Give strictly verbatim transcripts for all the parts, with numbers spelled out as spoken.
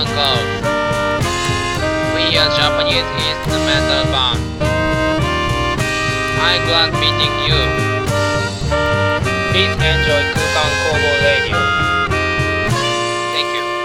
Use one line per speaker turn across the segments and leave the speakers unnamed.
Goes. We are Japanese instrumental band. I'm glad meeting you. Please enjoy 空間工房 Radio. Thank you.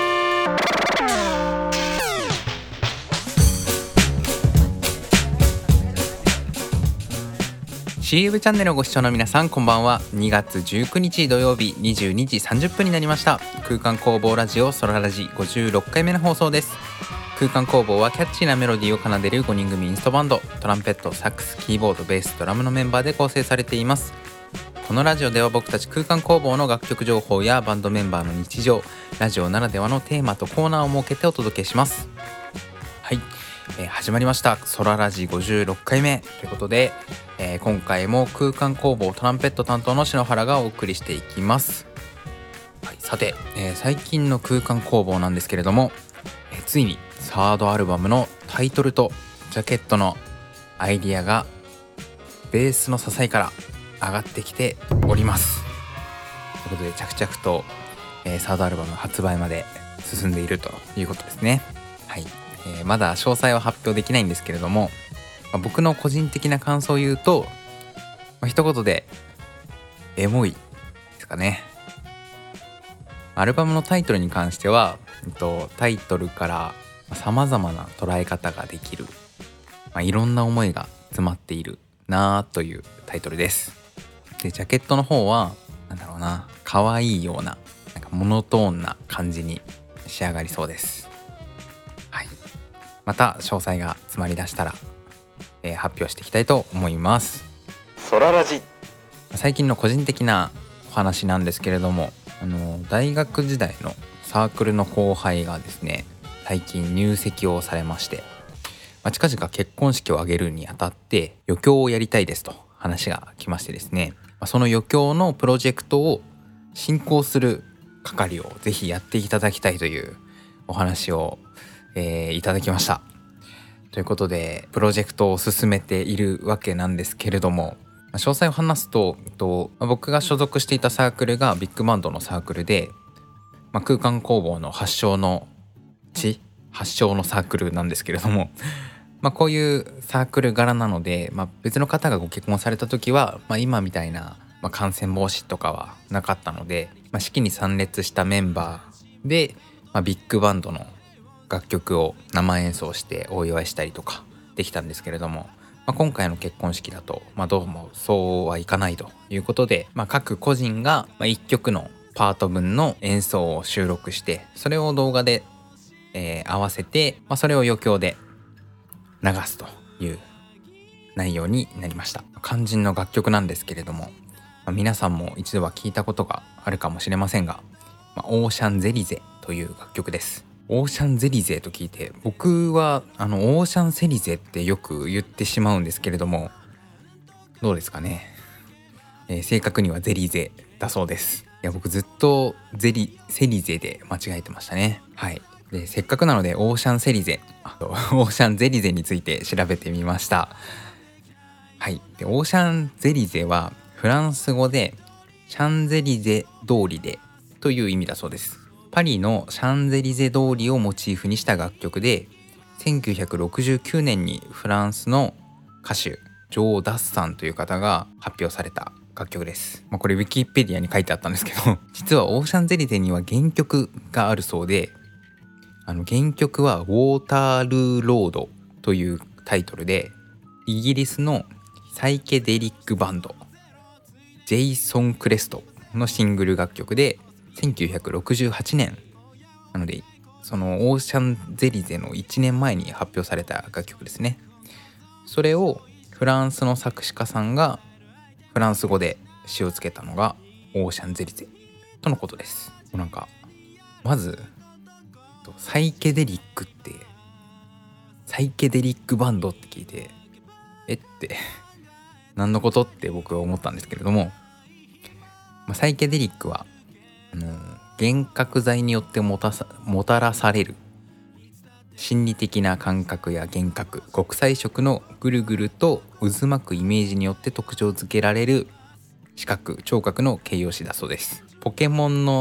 シーエム チャンネルをご視聴の皆さん、こんばんは。にがつじゅうくにち土曜日にじゅうにじさんじゅっぷんになりました。空間工房ラジオソララジごじゅうろっかいめの放送です。空間工房はキャッチーなメロディーを奏でるごにん組インストバンド、トランペット、サックス、キーボード、ベース、ドラムのメンバーで構成されています。このラジオでは僕たち空間工房の楽曲情報やバンドメンバーの日常、ラジオならではのテーマとコーナーを設けてお届けします。はい、えー、始まりましたソララジごじゅうろっかいめということで、えー、今回も空間工房トランペット担当の篠原がお送りしていきます。はい、さて、えー、最近の空間工房なんですけれども、えー、ついにサードアルバムのタイトルとジャケットのアイディアがベースの支えから上がってきております。ということで着々と、えー、サードアルバム発売まで進んでいるということですね。はい、えー、まだ詳細は発表できないんですけれども、まあ、僕の個人的な感想を言うと、まあ、一言でエモいですかね。アルバムのタイトルに関しては、えっと、タイトルからさまざまな捉え方ができる、まあ、いろんな思いが詰まっているなというタイトルです。でジャケットの方はなんだろうな、可愛いような、なんかモノトーンな感じに仕上がりそうです。はい、また詳細が詰まりだしたら、えー、発表していきたいと思います。
ソララジ。
最近の個人的なお話なんですけれども、あの大学時代のサークルの後輩がですね、最近入籍をされまして、まあ、近々結婚式を挙げるにあたって余興をやりたいですと話が来ましてですね、まあ、その余興のプロジェクトを進行する係をぜひやっていただきたいというお話を、えー、いただきました。ということでプロジェクトを進めているわけなんですけれども、詳細を話すと、と僕が所属していたサークルがビッグバンドのサークルで、まあ、空間工房の発祥の地発祥のサークルなんですけれどもまあこういうサークル柄なので、まあ、別の方がご結婚された時は、まあ、今みたいな、まあ、感染防止とかはなかったので、まあ、式に参列したメンバーで、まあ、ビッグバンドの楽曲を生演奏してお祝いしたりとかできたんですけれども、まあ、今回の結婚式だと、まあ、どうもそうはいかないということで、まあ、各個人がいっきょくのパート分の演奏を収録して、それを動画で、えー、合わせて、まあ、それを余興で流すという内容になりました。肝心の楽曲なんですけれども、まあ、皆さんも一度は聞いたことがあるかもしれませんが、まあ、オーシャンゼリゼという楽曲です。オーシャンゼリゼと聞いて、僕はあのオーシャンセリゼってよく言ってしまうんですけれども、どうですかね、えー、正確にはゼリゼだそうです。いや僕ずっとゼリセリゼで間違えてましたね。はい。でせっかくなのでオーシャンセリゼあとオーシャンゼリゼについて調べてみました。はい。でオーシャンゼリゼはフランス語でシャンゼリゼ通りでという意味だそうです。パリのシャンゼリゼ通りをモチーフにした楽曲で、せんきゅうひゃくろくじゅうきゅうねんにフランスの歌手ジョー・ダッサンという方が発表された楽曲です。まあ、これウィキペディアに書いてあったんですけど実はオーシャンゼリゼには原曲があるそうで、あの原曲はウォータールーロードというタイトルで、イギリスのサイケデリックバンドジェイソン・クレストのシングル楽曲で、せんきゅうひゃくろくじゅうはちねんなので、そのオーシャンゼリゼのいちねんまえに発表された楽曲ですね。それをフランスの作詞家さんがフランス語で詞をつけたのがオーシャンゼリゼとのことです。なんかまずサイケデリックってサイケデリックバンドって聞いて、えって何のことって僕は思ったんですけれども、まあ、サイケデリックはあの幻覚剤によってもたさもたらされる心理的な感覚や幻覚、極彩色のぐるぐると渦巻くイメージによって特徴づけられる視覚聴覚の形容詞だそうです。ポケモンの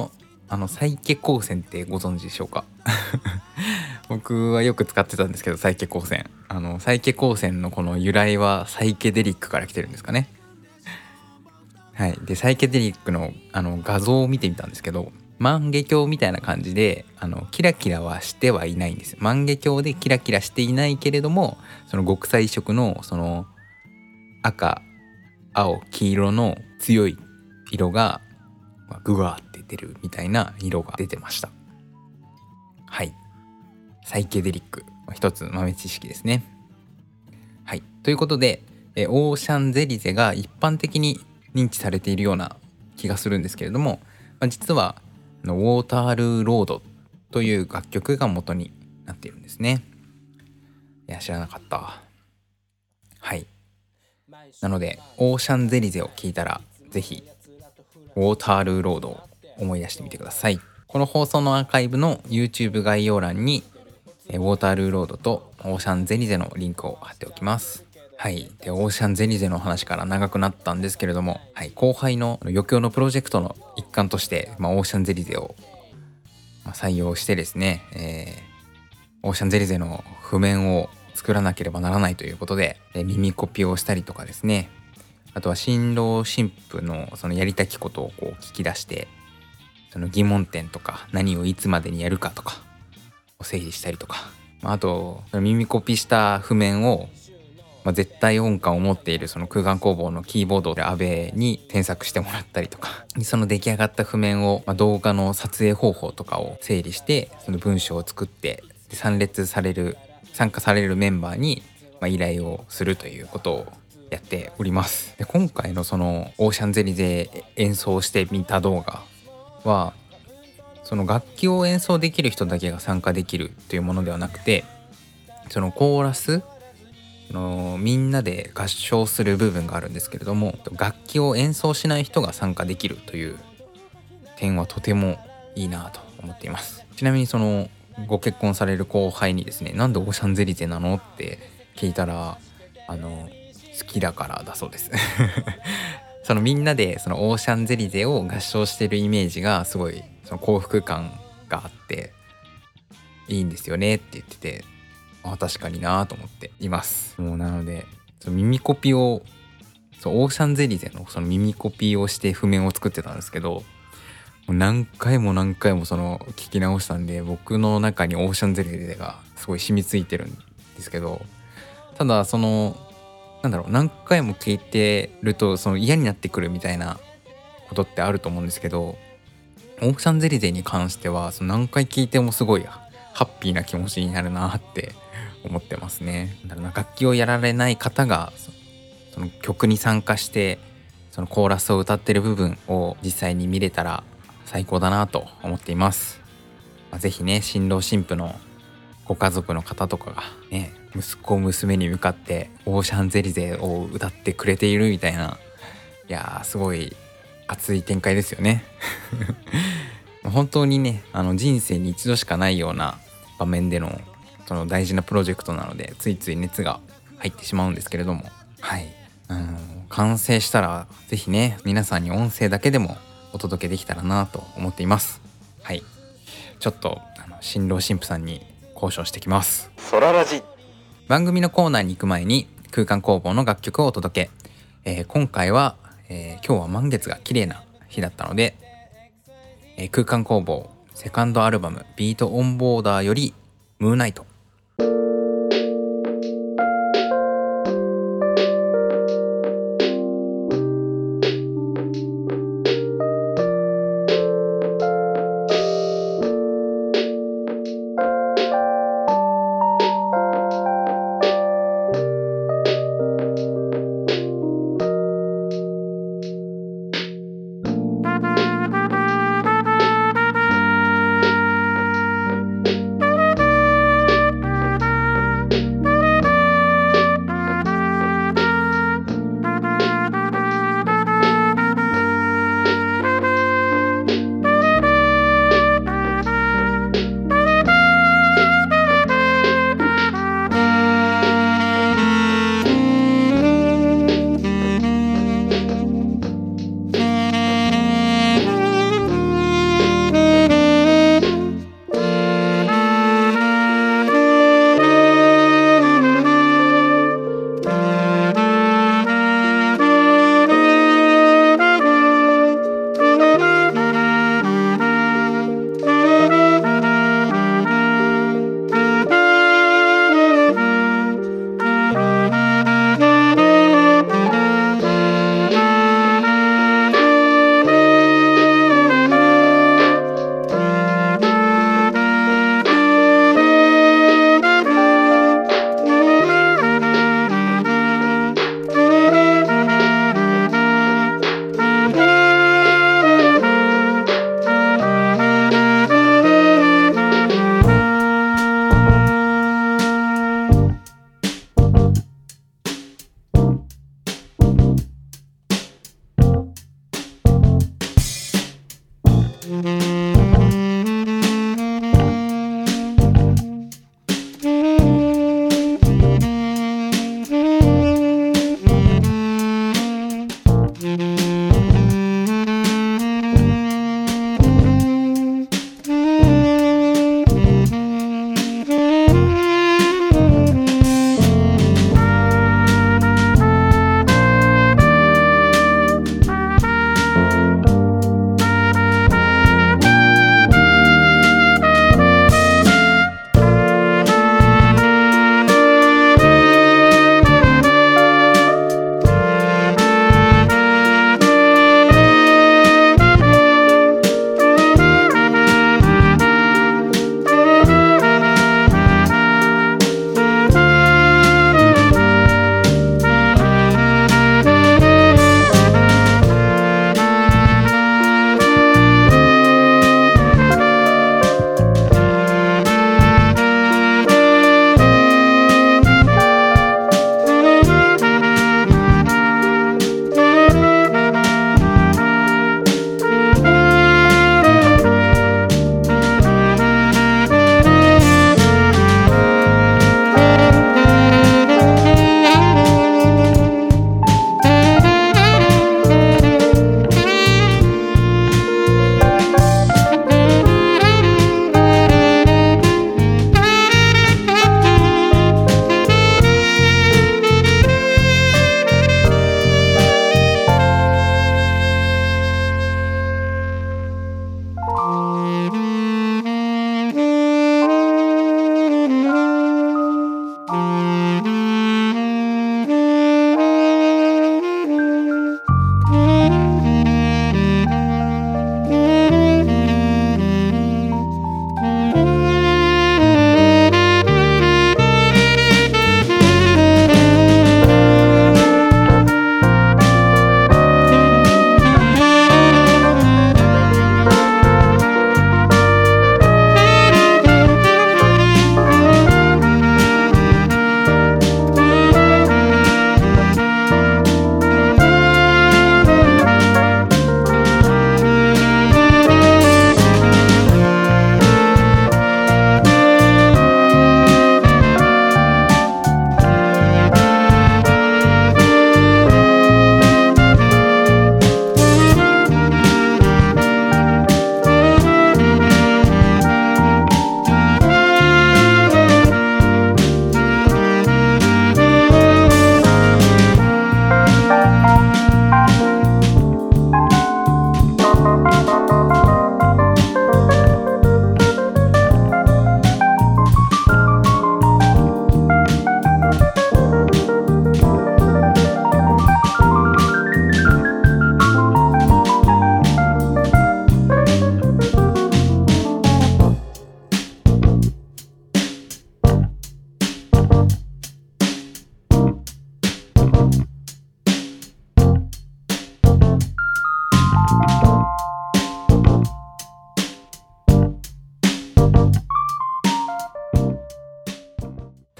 あのサイケ光線ってご存知でしょうか？僕はよく使ってたんですけど、サイケ光線、あのサイケ光線のこの由来はサイケデリックから来てるんですかね。はい。でサイケデリックのあの画像を見てみたんですけど、万華鏡みたいな感じで、あのキラキラはしてはいないんですよ。万華鏡でキラキラしていないけれども、その極彩色のその赤青黄色の強い色がグワーって出るみたいな色が出てました。はい。サイケデリック、一つ豆知識ですね。はい。ということで、えオーシャンゼリゼが一般的に認知されているような気がするんですけれども、まあ、実はウォータールーロードという楽曲が元になっているんですね。いや、知らなかった。はい。なのでオーシャンゼリゼを聞いたらぜひウォータールーロードを思い出してみてください。この放送のアーカイブの YouTube 概要欄にウォータールーロードとオーシャンゼリゼのリンクを貼っておきます。はい。で、オーシャンゼリゼの話から長くなったんですけれども、はい、後輩の余興のプロジェクトの一環として、まあ、オーシャンゼリゼを採用してですね、えー、オーシャンゼリゼの譜面を作らなければならないということで、えー、耳コピをしたりとかですね、あとは新郎新婦のそのやりたきことをこう聞き出して、その疑問点とか何をいつまでにやるかとかを整理したりとか、あと耳コピした譜面を、まあ、絶対音感を持っているその空間工房のキーボードで阿部に添削してもらったりとか、その出来上がった譜面を、まあ、動画の撮影方法とかを整理してその文章を作って参列される参加されるメンバーに、まあ、依頼をするということをやっております。で、今回のそのオーシャンゼリゼ演奏してみた動画は、その楽器を演奏できる人だけが参加できるというものではなくて、そのコーラスのみんなで合唱する部分があるんですけれども、楽器を演奏しない人が参加できるという点はとてもいいなと思っています。ちなみにそのご結婚される後輩にですね、なんでオーシャンゼリゼなのって聞いたら、あの好きだからだそうです。そのみんなでそのオーシャンゼリゼを合唱してるイメージがすごいその幸福感があっていいんですよねって言ってて、あ、確かになと思っています。もうなのでその耳コピをそうオーシャンゼリゼのその耳コピをして譜面を作ってたんですけど、もう何回も何回もその聞き直したんで、僕の中にオーシャンゼリゼがすごい染みついてるんですけど、ただそのなんだろう、何回も聞いてるとその嫌になってくるみたいなことってあると思うんですけど、オーシャンゼリゼに関してはその何回聞いてもすごいハッピーな気持ちになるなって思ってますね。だから楽器をやられない方がその曲に参加してそのコーラスを歌ってる部分を実際に見れたら最高だなと思っています。まあ、ぜひね、新郎新婦のご家族の方とかがね、息子娘に向かってオーシャンゼリゼを歌ってくれているみたいな、いやーすごい熱い展開ですよね。本当にね、あの人生に一度しかないような場面でのその大事なプロジェクトなので、ついつい熱が入ってしまうんですけれども、はい、あの完成したらぜひね、皆さんに音声だけでもお届けできたらなと思っています。はい、ちょっとあの新郎新婦さんに交渉してきます。
ソララジ。
番組のコーナーに行く前に空間工房の楽曲をお届け、えー、今回は、えー、今日は満月が綺麗な日だったので、えー、空間工房セカンドアルバムビートオンボーダーよりムーナイト。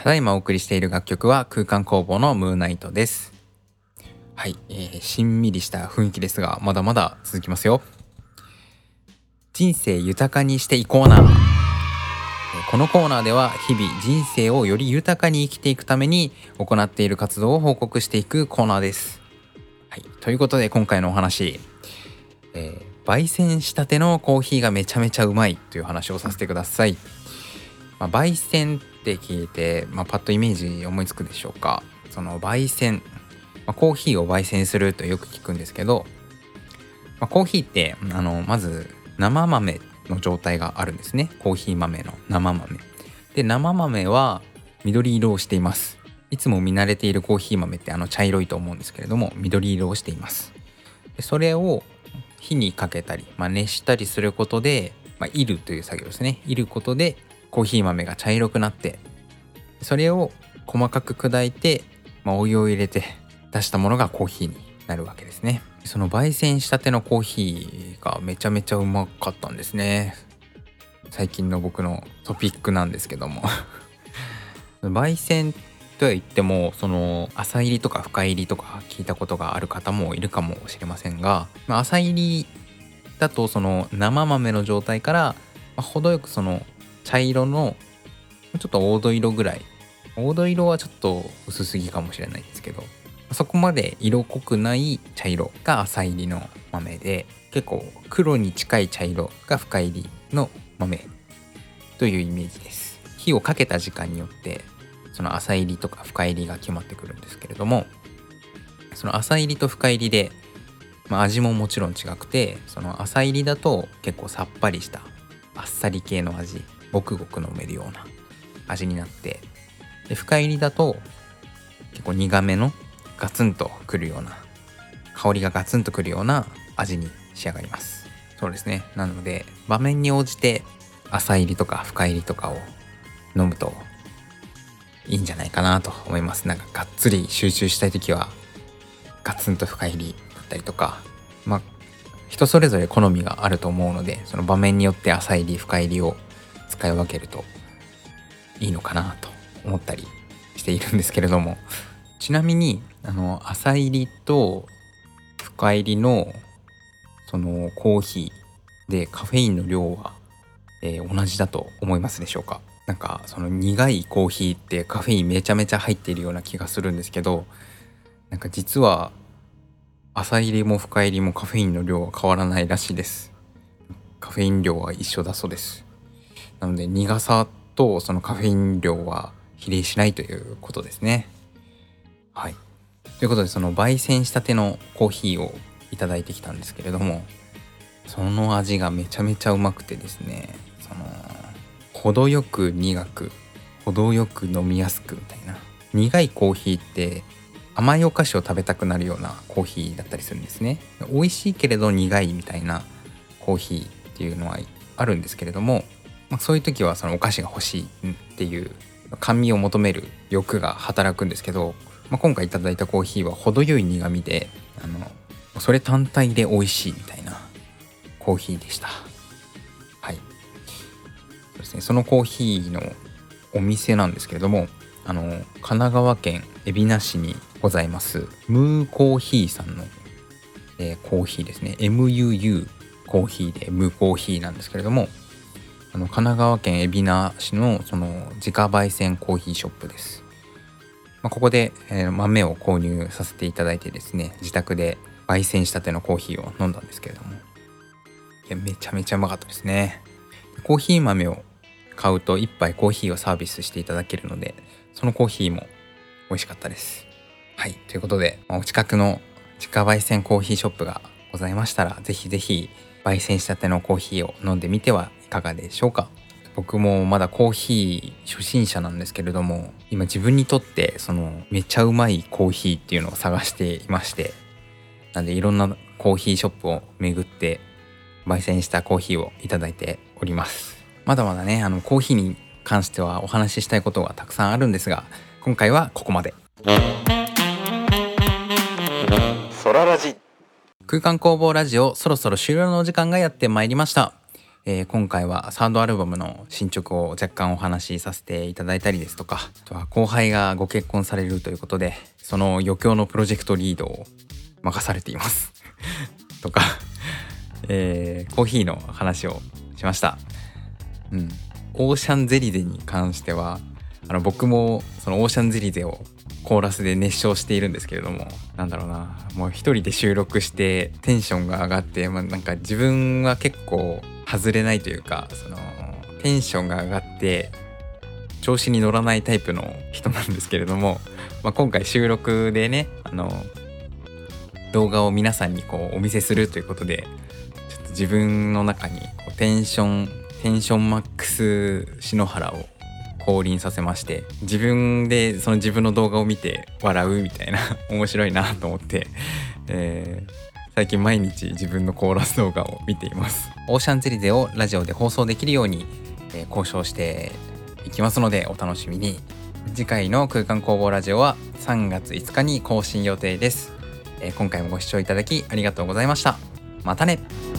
ただいまお送りしている楽曲は空間工房のムーナイトです。はい、えー、しんみりした雰囲気ですが、まだまだ続きますよ。人生豊かにしていこうな。このコーナーでは日々人生をより豊かに生きていくために行っている活動を報告していくコーナーです。はい、ということで今回のお話、えー、焙煎したてのコーヒーがめちゃめちゃうまいという話をさせてください。まあ、焙煎って聞いて、まあ、パッとイメージ思いつくでしょうか。その焙煎、まあ、コーヒーを焙煎するとよく聞くんですけど、まあ、コーヒーってあのまず生豆の状態があるんですね。コーヒー豆の生豆で、生豆は緑色をしています。いつも見慣れているコーヒー豆ってあの茶色いと思うんですけれども、緑色をしています。でそれを火にかけたり、まあ、熱したりすることで、まあ、煎るという作業ですね。煎ることでコーヒー豆が茶色くなって、それを細かく砕いて、まあ、お湯を入れて出したものがコーヒーになるわけですね。その焙煎したてのコーヒーがめちゃめちゃうまかったんですね。最近の僕のトピックなんですけども焙煎とは言っても、その浅煎りとか深煎りとか聞いたことがある方もいるかもしれませんが、まあ、浅煎りだとその生豆の状態から、まあ、程よくその茶色のちょっと黄土色ぐらい、黄土色はちょっと薄すぎかもしれないですけど、そこまで色濃くない茶色が浅煎りの豆で、結構黒に近い茶色が深煎りの豆というイメージです。火をかけた時間によってその浅煎りとか深煎りが決まってくるんですけれども、その浅煎りと深煎りで、まあ、味ももちろん違くて、その浅煎りだと結構さっぱりしたあっさり系の味、ごくごく飲めるような味になって、で深煎りだと結構苦めのガツンとくるような、香りがガツンとくるような味に仕上がります。そうですね。なので場面に応じて浅煎りとか深煎りとかを飲むといいんじゃないかなと思います。なんかがっつり集中したい時はガツンと深煎りだったりとか、まあ人それぞれ好みがあると思うので、その場面によって浅煎り深煎りを使い分けるといいのかなと思ったりしているんですけれども、ちなみにあの浅煎りと深煎りのそのコーヒーでカフェインの量は、えー、同じだと思いますでしょうか。なんかその苦いコーヒーってカフェインめちゃめちゃ入っているような気がするんですけど、なんか実は浅煎りも深煎りもカフェインの量は変わらないらしいです。カフェイン量は一緒だそうです。なので苦さとそのカフェイン量は比例しないということですね。はい。ということで、その焙煎したてのコーヒーをいただいてきたんですけれども、その味がめちゃめちゃうまくてですね、その程よく苦く程よく飲みやすくみたいな。苦いコーヒーって甘いお菓子を食べたくなるようなコーヒーだったりするんですね。美味しいけれど苦いみたいなコーヒーっていうのはあるんですけれども、まあ、そういう時はそのお菓子が欲しいっていう甘味を求める欲が働くんですけど、まあ、今回いただいたコーヒーは程よい苦味で、あのそれ単体で美味しいみたいなコーヒーでした。はい。そうですね。そのコーヒーのお店なんですけれども、あの神奈川県海老名市にございますムーコーヒーさんの、えー、コーヒーですね。 エムユーユー コーヒーでムーコーヒーなんですけれども、あの神奈川県海老名市のその自家焙煎コーヒーショップです。まあ、ここで、えー、豆を購入させていただいてですね、自宅で焙煎したてのコーヒーを飲んだんですけれども、いやめちゃめちゃうまかったですね。コーヒー豆を買うといっぱいコーヒーをサービスしていただけるので、そのコーヒーも美味しかったです。はい。ということで、お近くの自家焙煎コーヒーショップがございましたら、ぜひぜひ焙煎したてのコーヒーを飲んでみてはいかがでしょうか。僕もまだコーヒー初心者なんですけれども、今自分にとってそのめちゃうまいコーヒーっていうのを探していまして、なんでいろんなコーヒーショップを巡って焙煎したコーヒーをいただいております。まだまだね、あのコーヒーに関してはお話ししたいことがたくさんあるんですが、今回はここまで。ソララジ空間工房ラジオ、そろそろ終了のお時間がやってまいりました。 えー今回はサードアルバムの進捗を若干お話しさせていただいたりですとか、あとは後輩がご結婚されるということで、その余興のプロジェクトリードを任されていますとか、えーコーヒーの話をしました。うん、オーシャンゼリゼに関してはあの僕もそのオーシャンゼリゼをコーラスで熱唱しているんですけれども、なんだろうな、もう一人で収録してテンションが上がって、まあ、なんか自分は結構外れないというか、そのテンションが上がって調子に乗らないタイプの人なんですけれども、まあ、今回収録でね、あの動画を皆さんにこうお見せするということで、ちょっと自分の中にこうテンションテンションマックス篠原を降臨させまして、自分でその自分の動画を見て笑うみたいな面白いなと思って、えー、最近毎日自分のコーラス動画を見ています。オーシャンゼリゼをラジオで放送できるように、えー交渉していきますのでお楽しみに。次回の空間工房ラジオはさんがついつかに更新予定です。えー今回もご視聴いただきありがとうございました。またね。